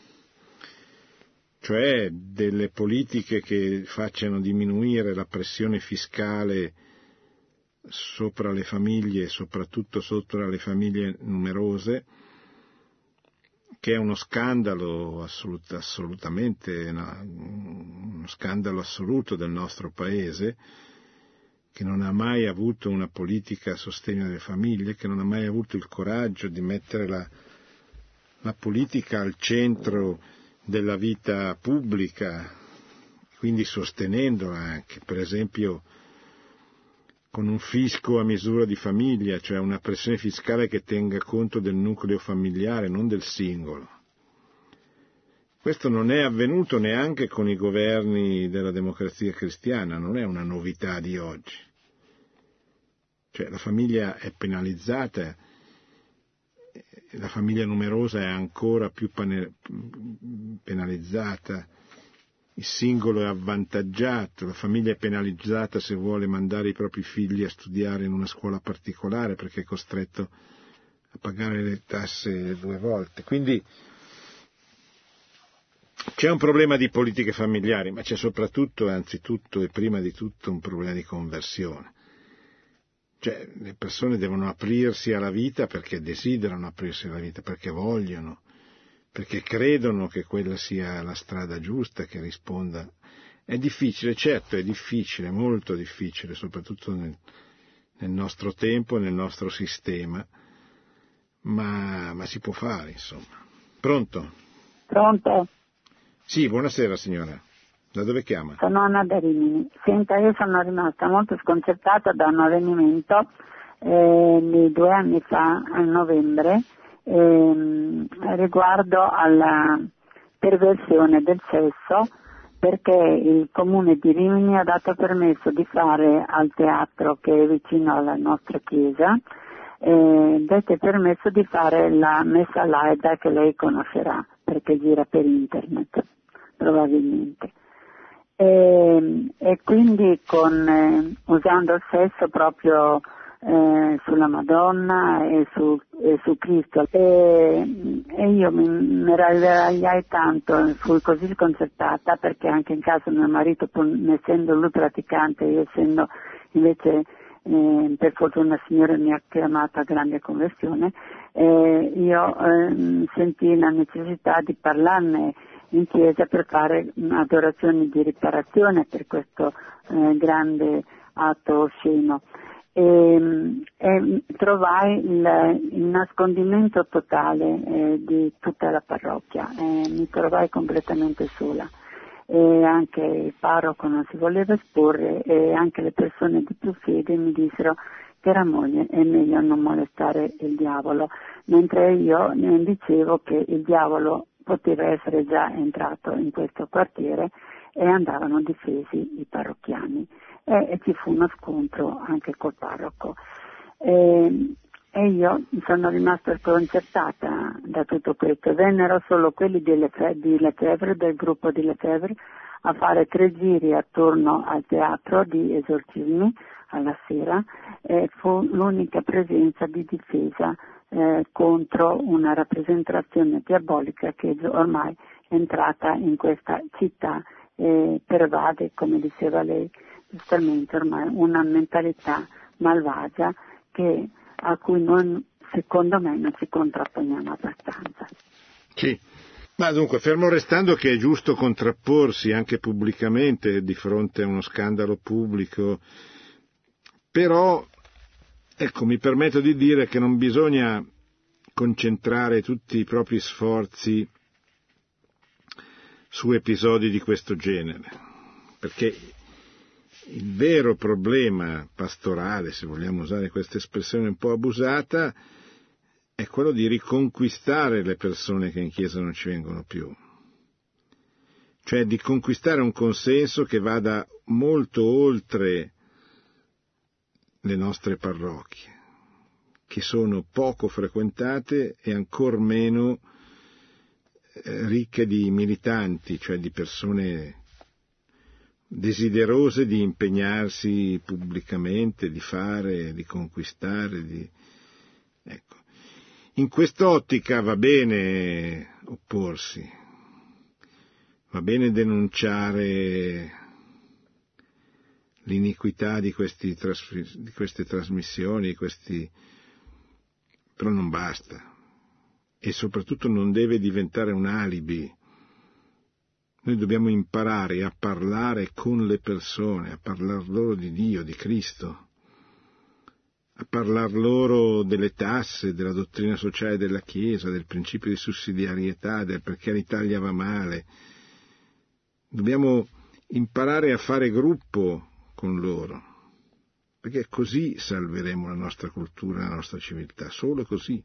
cioè delle politiche che facciano diminuire la pressione fiscale sopra le famiglie, soprattutto sopra le famiglie numerose, che è uno scandalo assolut- assolutamente, no, uno scandalo assoluto del nostro Paese, che non ha mai avuto una politica a sostegno delle famiglie, che non ha mai avuto il coraggio di mettere la, la politica al centro della vita pubblica, quindi sostenendola anche, per esempio con un fisco a misura di famiglia, cioè una pressione fiscale che tenga conto del nucleo familiare, non del singolo. Questo non è avvenuto neanche con i governi della Democrazia Cristiana, non è una novità di oggi. Cioè la famiglia è penalizzata, la famiglia numerosa è ancora più penalizzata, il singolo è avvantaggiato, la famiglia è penalizzata se vuole mandare i propri figli a studiare in una scuola particolare perché è costretto a pagare le tasse due volte. Quindi c'è un problema di politiche familiari, ma c'è soprattutto, anzitutto e prima di tutto, un problema di conversione. Cioè, le persone devono aprirsi alla vita perché desiderano aprirsi alla vita, perché vogliono, perché credono che quella sia la strada giusta, che risponda. È difficile, certo, è difficile, molto difficile, soprattutto nel, nel nostro tempo, nel nostro sistema, ma, ma si può fare, insomma. Pronto? Pronto? Sì, buonasera signora. Da dove chiama? Sono Anna da Rimini. Senta, io sono rimasta molto sconcertata da un avvenimento eh, di due anni fa, a novembre, eh, riguardo alla perversione del sesso, perché il comune di Rimini ha dato permesso di fare al teatro che è vicino alla nostra chiesa, eh, dette permesso di fare la messa laida che lei conoscerà, perché gira per internet, probabilmente. E, e quindi con, eh, usando il sesso proprio eh, sulla Madonna e su, e su Cristo, e, e io mi meravigliai tanto, fui così sconcertata perché anche in casa mio marito, pur essendo lui praticante, io essendo invece eh, per fortuna il Signore mi ha chiamato a grande conversione, eh, io eh, sentii la necessità di parlarne in chiesa per fare adorazioni di riparazione per questo eh, grande atto osceno. E, e trovai il, il nascondimento totale eh, di tutta la parrocchia, e mi trovai completamente sola, e anche il parroco non si voleva esporre, e anche le persone di più fede mi dissero che era moglie, è meglio non molestare il diavolo, mentre io ne dicevo che il diavolo poteva essere già entrato in questo quartiere e andavano difesi i parrocchiani, e, e ci fu uno scontro anche col parroco. E, e io sono rimasta sconcertata da tutto questo. Vennero solo quelli di Lefebvre, del gruppo di Lefebvre, a fare tre giri attorno al teatro di esorcismi alla sera, e fu l'unica presenza di difesa Eh, contro una rappresentazione diabolica che ormai è entrata in questa città e pervade, come diceva lei giustamente, ormai una mentalità malvagia che, a cui noi, secondo me, non ci contrapponiamo abbastanza. Sì, ma dunque, fermo restando che è giusto contrapporsi anche pubblicamente di fronte a uno scandalo pubblico, però ecco, mi permetto di dire che non bisogna concentrare tutti i propri sforzi su episodi di questo genere, perché il vero problema pastorale, se vogliamo usare questa espressione un po' abusata, è quello di riconquistare le persone che in chiesa non ci vengono più, cioè di conquistare un consenso che vada molto oltre le nostre parrocchie, che sono poco frequentate e ancor meno eh, ricche di militanti, cioè di persone desiderose di impegnarsi pubblicamente, di fare, di conquistare, di... ecco. In quest'ottica va bene opporsi, va bene denunciare l'iniquità di, questi tras- di queste trasmissioni, questi... però non basta, e soprattutto non deve diventare un alibi. Noi dobbiamo imparare a parlare con le persone, a parlar loro di Dio, di Cristo, a parlar loro delle tasse, della dottrina sociale della Chiesa, del principio di sussidiarietà, del perché l'Italia va male. Dobbiamo imparare a fare gruppo con loro, perché così salveremo la nostra cultura, la nostra civiltà, solo così.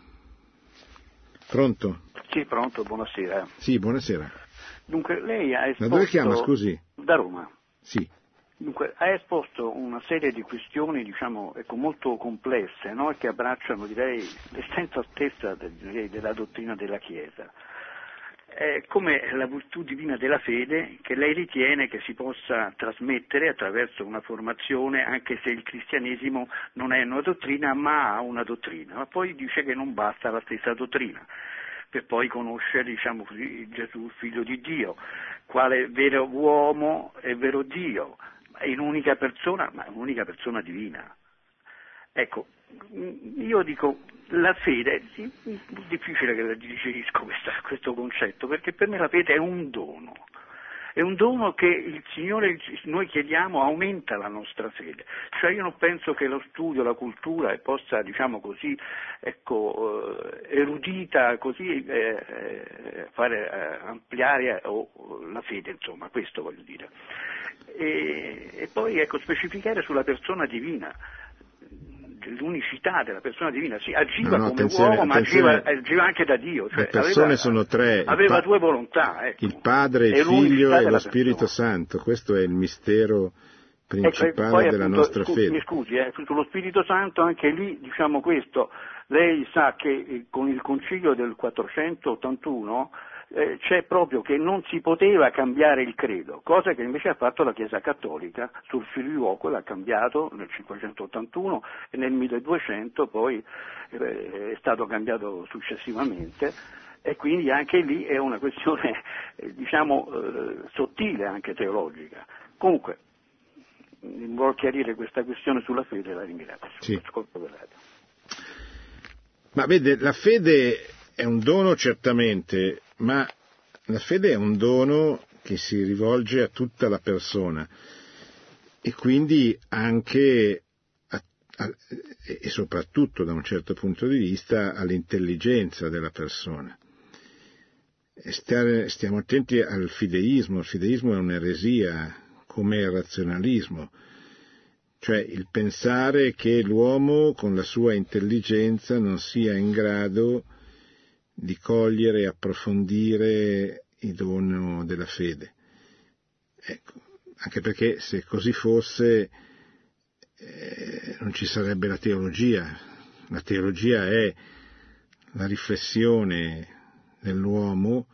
Pronto? Sì, pronto, buonasera. Sì, buonasera. Dunque, lei ha esposto... Da dove chiama, scusi? Da Roma. Sì. Dunque, ha esposto una serie di questioni, diciamo, ecco, molto complesse, no? Che abbracciano, direi, l'essenza stessa direi, della dottrina della Chiesa. È come la virtù divina della fede che lei ritiene che si possa trasmettere attraverso una formazione, anche se il cristianesimo non è una dottrina, ma ha una dottrina. Ma poi dice che non basta la stessa dottrina, per poi conoscere, diciamo così, Gesù, il figlio di Dio, quale vero uomo e vero Dio, in un'unica persona, ma un'unica persona divina. Ecco, io dico, la fede, è difficile che la digerisco questa, questo concetto, perché per me la fede è un dono. È un dono che il Signore, noi chiediamo, aumenta la nostra fede. Cioè io non penso che lo studio, la cultura possa, diciamo così, ecco, erudita, così, eh, fare eh, ampliare oh, la fede, insomma, questo voglio dire. E, e poi, ecco, specificare sulla persona divina, l'unicità della persona divina, sì, agiva no, no, come uomo, ma agiva, agiva anche da Dio. Cioè le persone aveva, sono tre. Aveva pa- due volontà. Ecco. Il Padre, il Figlio e lo Spirito persona. Santo. Questo è il mistero principale ecco, poi, della appunto, nostra scu- fede. Mi scusi, eh, sullo Spirito Santo anche lì diciamo questo. Lei sa che eh, con il Concilio del quattrocentottantuno Eh, c'è proprio che non si poteva cambiare il credo, cosa che invece ha fatto la Chiesa Cattolica sul Filioque, l'ha cambiato nel cinquecentottantuno e nel milleduecento poi eh, è stato cambiato successivamente, e quindi anche lì è una questione eh, diciamo eh, sottile, anche teologica. Comunque vuol chiarire questa questione sulla fede, la ringrazio. Sì. Ascolto. Ma vede, la fede è un dono certamente, ma la fede è un dono che si rivolge a tutta la persona e quindi anche a, a, e soprattutto da un certo punto di vista all'intelligenza della persona. E stare, stiamo attenti al fideismo. Il fideismo è un'eresia, come il razionalismo, cioè il pensare che l'uomo con la sua intelligenza non sia in grado di cogliere e approfondire il dono della fede. Ecco, anche perché se così fosse eh, non ci sarebbe la teologia. La teologia è la riflessione dell'uomo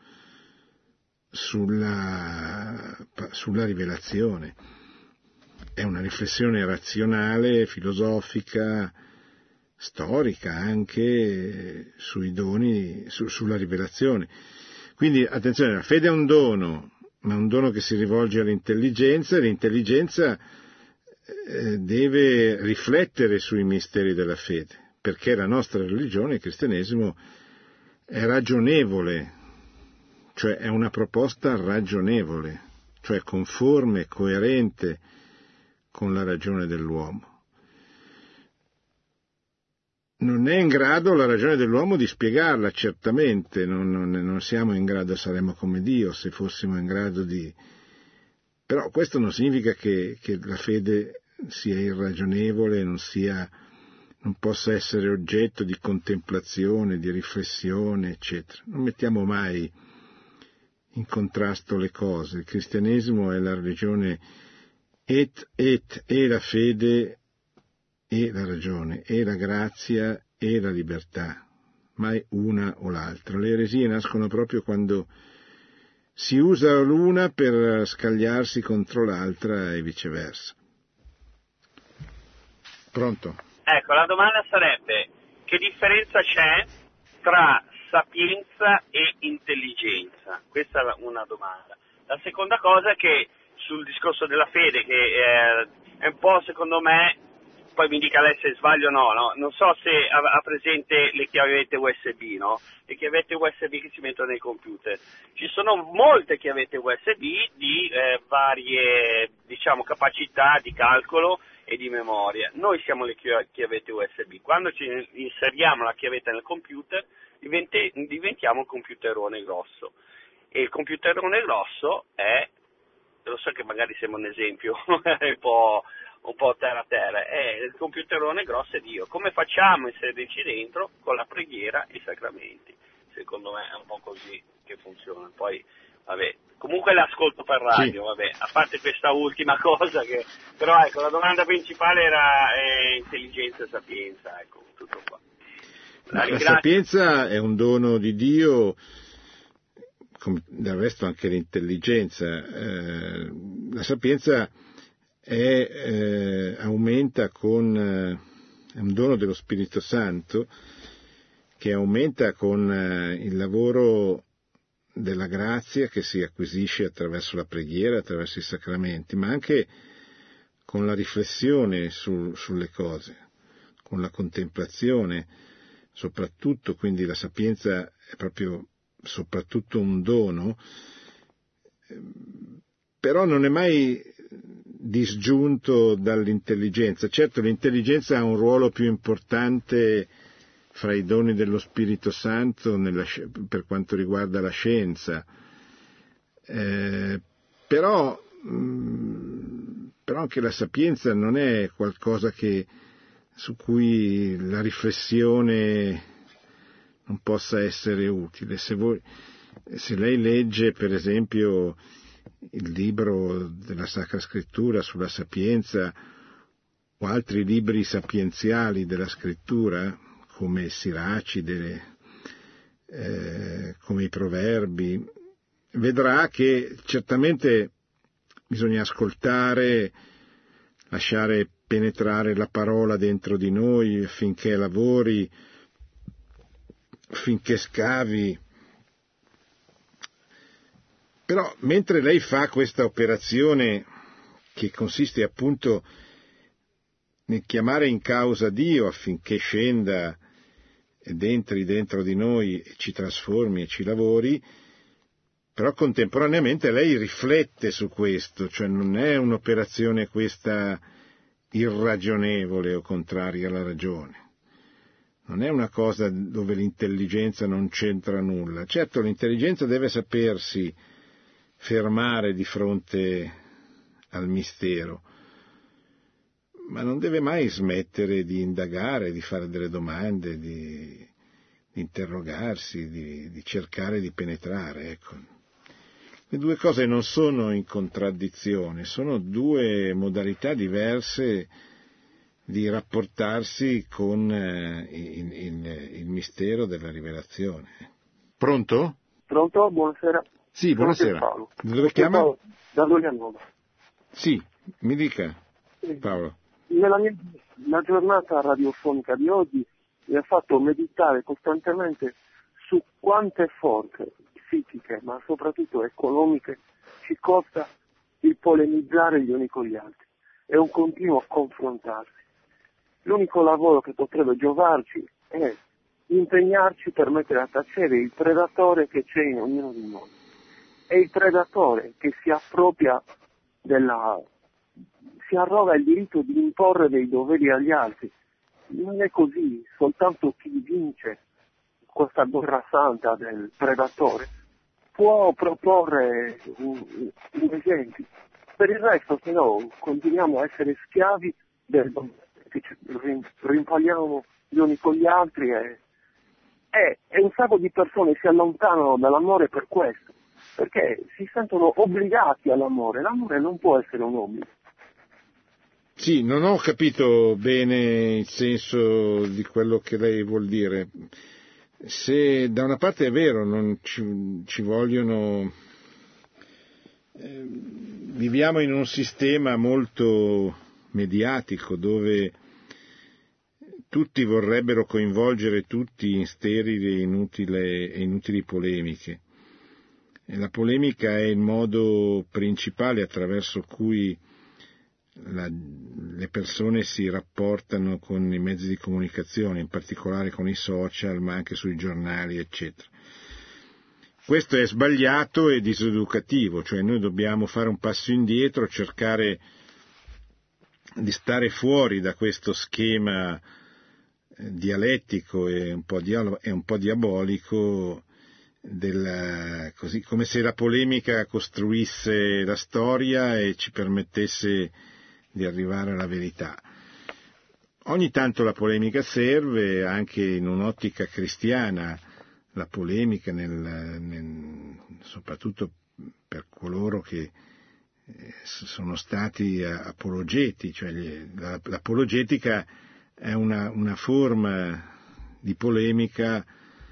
sulla, sulla rivelazione. È una riflessione razionale, filosofica, storica anche sui doni, su, sulla rivelazione. Quindi attenzione, la fede è un dono, ma un dono che si rivolge all'intelligenza, e l'intelligenza eh, deve riflettere sui misteri della fede, perché la nostra religione, il cristianesimo, è ragionevole, cioè è una proposta ragionevole, cioè conforme, coerente con la ragione dell'uomo. Non è in grado la ragione dell'uomo di spiegarla, certamente, non, non, non siamo in grado, saremmo come Dio se fossimo in grado di... Però questo non significa che, che la fede sia irragionevole, non sia, non possa essere oggetto di contemplazione, di riflessione, eccetera. Non mettiamo mai in contrasto le cose. Il cristianesimo è la religione et et e la fede e la ragione, e la grazia e la libertà, mai una o l'altra. Le eresie nascono proprio quando si usa l'una per scagliarsi contro l'altra e viceversa. Pronto? Ecco, la domanda sarebbe: che differenza c'è tra sapienza e intelligenza? Questa è una domanda. La seconda cosa è che sul discorso della fede, che eh, è un po', secondo me, poi mi dica lei se sbaglio o no, no, non so se ha, ha presente le chiavette U S B, no? Le chiavette U S B che si mettono nei computer. Ci sono molte chiavette U S B di eh, varie, diciamo, capacità di calcolo e di memoria. Noi siamo le chiavette U S B. Quando ci inseriamo la chiavetta nel computer, diventi, diventiamo un computerone grosso. E il computerone grosso è, lo so che magari sembra un esempio un po', un po' terra terra, è il computerone grosso è Dio. Come facciamo a inserirci dentro? Con la preghiera e i sacramenti. Secondo me è un po' così che funziona. Poi, vabbè, comunque l'ascolto per radio, sì. Vabbè, a parte questa ultima cosa che, però ecco, la domanda principale era eh, intelligenza e sapienza, ecco, tutto qua. La, la sapienza è un dono di Dio, come del resto anche l'intelligenza. Eh, la sapienza è, eh, aumenta con, eh, è un dono dello Spirito Santo che aumenta con eh, il lavoro della grazia che si acquisisce attraverso la preghiera, attraverso i sacramenti, ma anche con la riflessione su, sulle cose, con la contemplazione, soprattutto. Quindi la sapienza è proprio soprattutto un dono, però non è mai disgiunto dall'intelligenza. Certo, l'intelligenza ha un ruolo più importante fra i doni dello Spirito Santo nella, per quanto riguarda la scienza, eh, però, mh, però anche la sapienza non è qualcosa che, su cui la riflessione non possa essere utile. Se, voi, se lei legge per esempio il libro della Sacra Scrittura sulla sapienza o altri libri sapienziali della Scrittura come Siracide, eh, come i Proverbi, vedrà che certamente bisogna ascoltare, lasciare penetrare la parola dentro di noi affinché lavori, finché scavi. Però mentre lei fa questa operazione che consiste appunto nel chiamare in causa Dio affinché scenda ed entri dentro di noi e ci trasformi e ci lavori, però contemporaneamente lei riflette su questo, cioè non è un'operazione questa irragionevole o contraria alla ragione. Non è una cosa dove l'intelligenza non c'entra nulla. Certo, l'intelligenza deve sapersi fermare di fronte al mistero, ma non deve mai smettere di indagare, di fare delle domande, di, di interrogarsi, di, di cercare di penetrare. Ecco. Le due cose non sono in contraddizione, sono due modalità diverse di rapportarsi con eh, il, il, il mistero della rivelazione. Pronto? Pronto? Buonasera. Sì, buonasera. Paolo. Da dove chiama? Paolo, da Dolianova. Sì, mi dica, Paolo. Nella mia la giornata radiofonica di oggi mi ha fatto meditare costantemente su quante forze psichiche, ma soprattutto economiche, ci costa il polemizzare gli uni con gli altri. È un continuo confrontarsi. L'unico lavoro che potrebbe giovarci è impegnarci per mettere a tacere il predatore che c'è in ognuno di noi. È il predatore che si appropria della... si arroga il diritto di imporre dei doveri agli altri. Non è così, soltanto chi vince questa guerra santa del predatore può proporre un, un esempio. Per il resto, se no, continuiamo a essere schiavi del che ci rimpagliamo gli uni con gli altri e, e, e un sacco di persone si allontanano dall'amore per questo, perché si sentono obbligati all'amore. L'amore non può essere un obbligo. Sì, non ho capito bene il senso di quello che lei vuol dire. Se da una parte è vero, non ci, ci vogliono... Eh, viviamo in un sistema molto mediatico dove tutti vorrebbero coinvolgere tutti in sterili e inutili, e inutili polemiche. E la polemica è il modo principale attraverso cui la, le persone si rapportano con i mezzi di comunicazione, in particolare con i social, ma anche sui giornali, eccetera. Questo è sbagliato e diseducativo, cioè noi dobbiamo fare un passo indietro, cercare di stare fuori da questo schema dialettico e un po', dialo- e un po' diabolico, della, così, come se la polemica costruisse la storia e ci permettesse di arrivare alla verità. Ogni tanto la polemica serve, anche in un'ottica cristiana, la polemica, nel, nel, soprattutto per coloro che eh, sono stati apologeti, cioè la, l'apologetica è una, una forma di polemica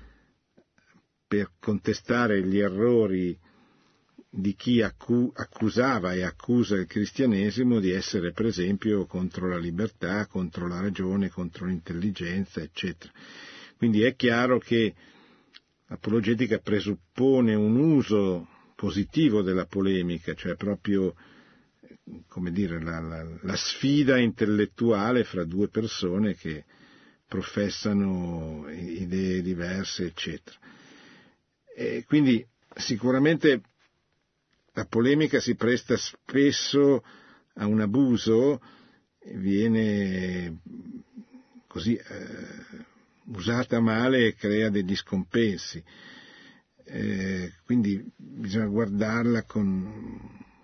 per contestare gli errori di chi accu- accusava e accusa il cristianesimo di essere, per esempio, contro la libertà, contro la ragione, contro l'intelligenza, eccetera. Quindi è chiaro che l'apologetica presuppone un uso positivo della polemica, cioè proprio, come dire, la, la, la sfida intellettuale fra due persone che professano idee diverse, eccetera. E quindi sicuramente la polemica si presta spesso a un abuso, viene così eh, usata male e crea degli scompensi. Eh, quindi bisogna guardarla con,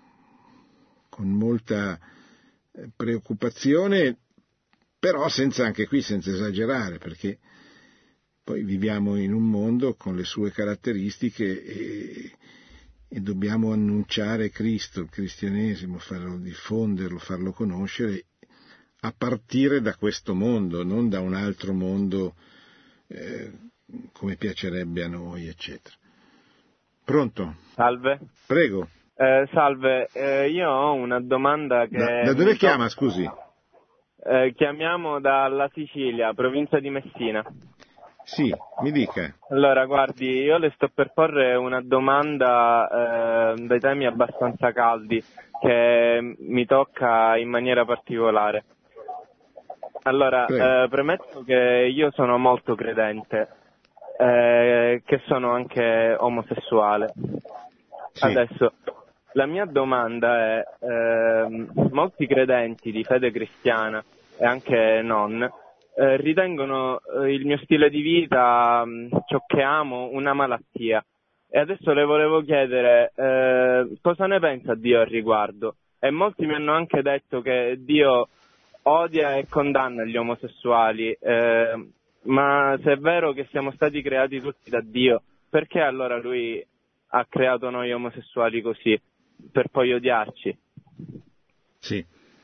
con molta preoccupazione, però senza, anche qui senza esagerare, perché poi viviamo in un mondo con le sue caratteristiche e, e dobbiamo annunciare Cristo, il cristianesimo, farlo diffonderlo, farlo conoscere a partire da questo mondo, non da un altro mondo eh, come piacerebbe a noi, eccetera. Pronto? Salve. Prego. Eh, salve, eh, io ho una domanda che... Da, da dove chiama, scusi? Eh, chiamiamo dalla Sicilia, provincia di Messina. Sì, mi dica. Allora, guardi, io le sto per porre una domanda eh, dai temi abbastanza caldi che mi tocca in maniera particolare. Allora, eh, premetto che io sono molto credente, eh, che sono anche omosessuale. Sì. Adesso, la mia domanda è, eh, molti credenti di fede cristiana e anche non, Eh, ritengono eh, il mio stile di vita, mh, ciò che amo, una malattia. E adesso le volevo chiedere eh, cosa ne pensa Dio al riguardo. E molti mi hanno anche detto che Dio odia e condanna gli omosessuali, eh, ma se è vero che siamo stati creati tutti da Dio, perché allora Lui ha creato noi omosessuali così, per poi odiarci? Sì.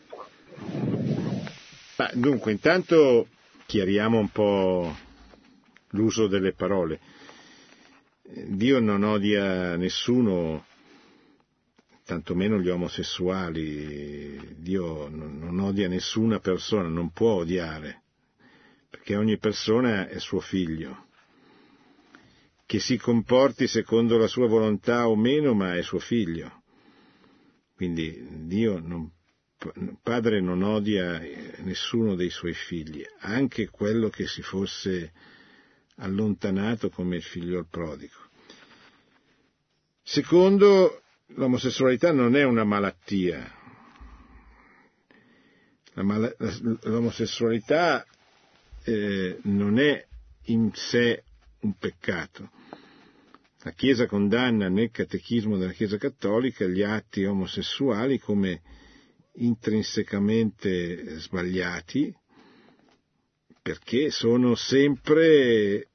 Ma dunque, intanto chiariamo un po' l'uso delle parole. Dio non odia nessuno, tantomeno gli omosessuali. Dio non odia nessuna persona, non può odiare, perché ogni persona è suo figlio. Che si comporti secondo la sua volontà o meno, ma è suo figlio. Quindi Dio non Padre non odia nessuno dei suoi figli, anche quello che si fosse allontanato come il figlio prodigo. Secondo, l'omosessualità non è una malattia. La mal- l'omosessualità eh, non è in sé un peccato. La Chiesa condanna nel Catechismo della Chiesa Cattolica gli atti omosessuali come intrinsecamente sbagliati, perché sono sempre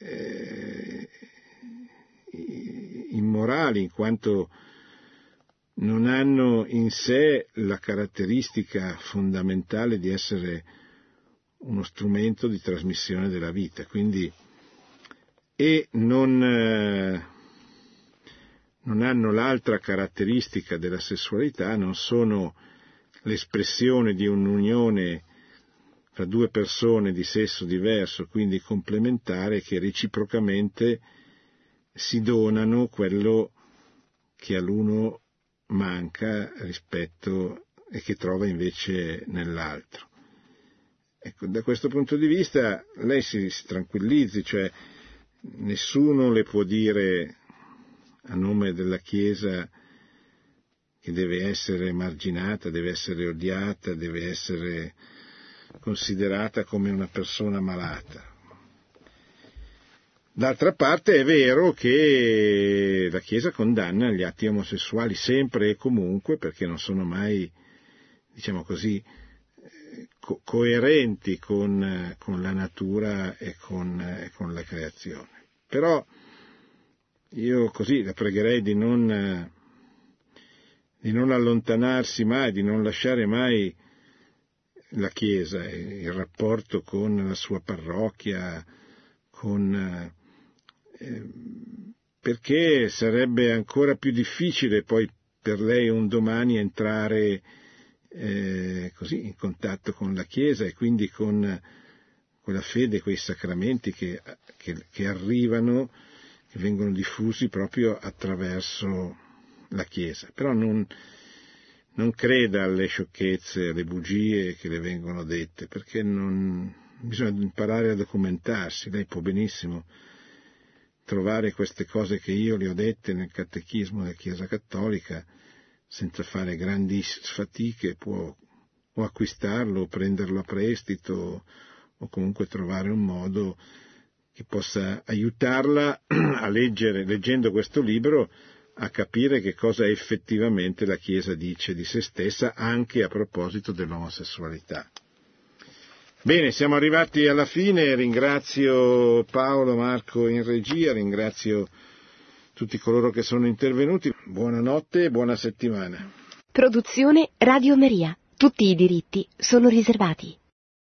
eh, immorali, in quanto non hanno in sé la caratteristica fondamentale di essere uno strumento di trasmissione della vita, quindi e non, eh, non hanno l'altra caratteristica della sessualità, non sono l'espressione di un'unione tra due persone di sesso diverso, quindi complementare, che reciprocamente si donano quello che a l'uno manca rispetto e che trova invece nell'altro. Ecco, da questo punto di vista lei si, si tranquillizzi, cioè nessuno le può dire a nome della Chiesa che deve essere emarginata, deve essere odiata, deve essere considerata come una persona malata. D'altra parte è vero che la Chiesa condanna gli atti omosessuali sempre e comunque, perché non sono mai, diciamo così, co- coerenti con, con la natura e con, e con la creazione. Però io così la pregherei di non, di non allontanarsi mai, di non lasciare mai la Chiesa, il rapporto con la sua parrocchia, con, eh, perché sarebbe ancora più difficile poi per lei un domani entrare eh, così in contatto con la Chiesa e quindi con quella fede, quei sacramenti che, che, che arrivano, che vengono diffusi proprio attraverso la Chiesa. Però non, non creda alle sciocchezze, alle bugie che le vengono dette, perché non, bisogna imparare a documentarsi. Lei può benissimo trovare queste cose che io le ho dette nel catechismo della Chiesa Cattolica senza fare grandi fatiche, può o acquistarlo o prenderlo a prestito o comunque trovare un modo che possa aiutarla a leggere, leggendo questo libro, a capire che cosa effettivamente la Chiesa dice di se stessa anche a proposito dell'omosessualità. Bene, siamo arrivati alla fine, ringrazio Paolo, Marco in regia, ringrazio tutti coloro che sono intervenuti, buonanotte e buona settimana. Produzione Radio Maria. Tutti i diritti sono riservati.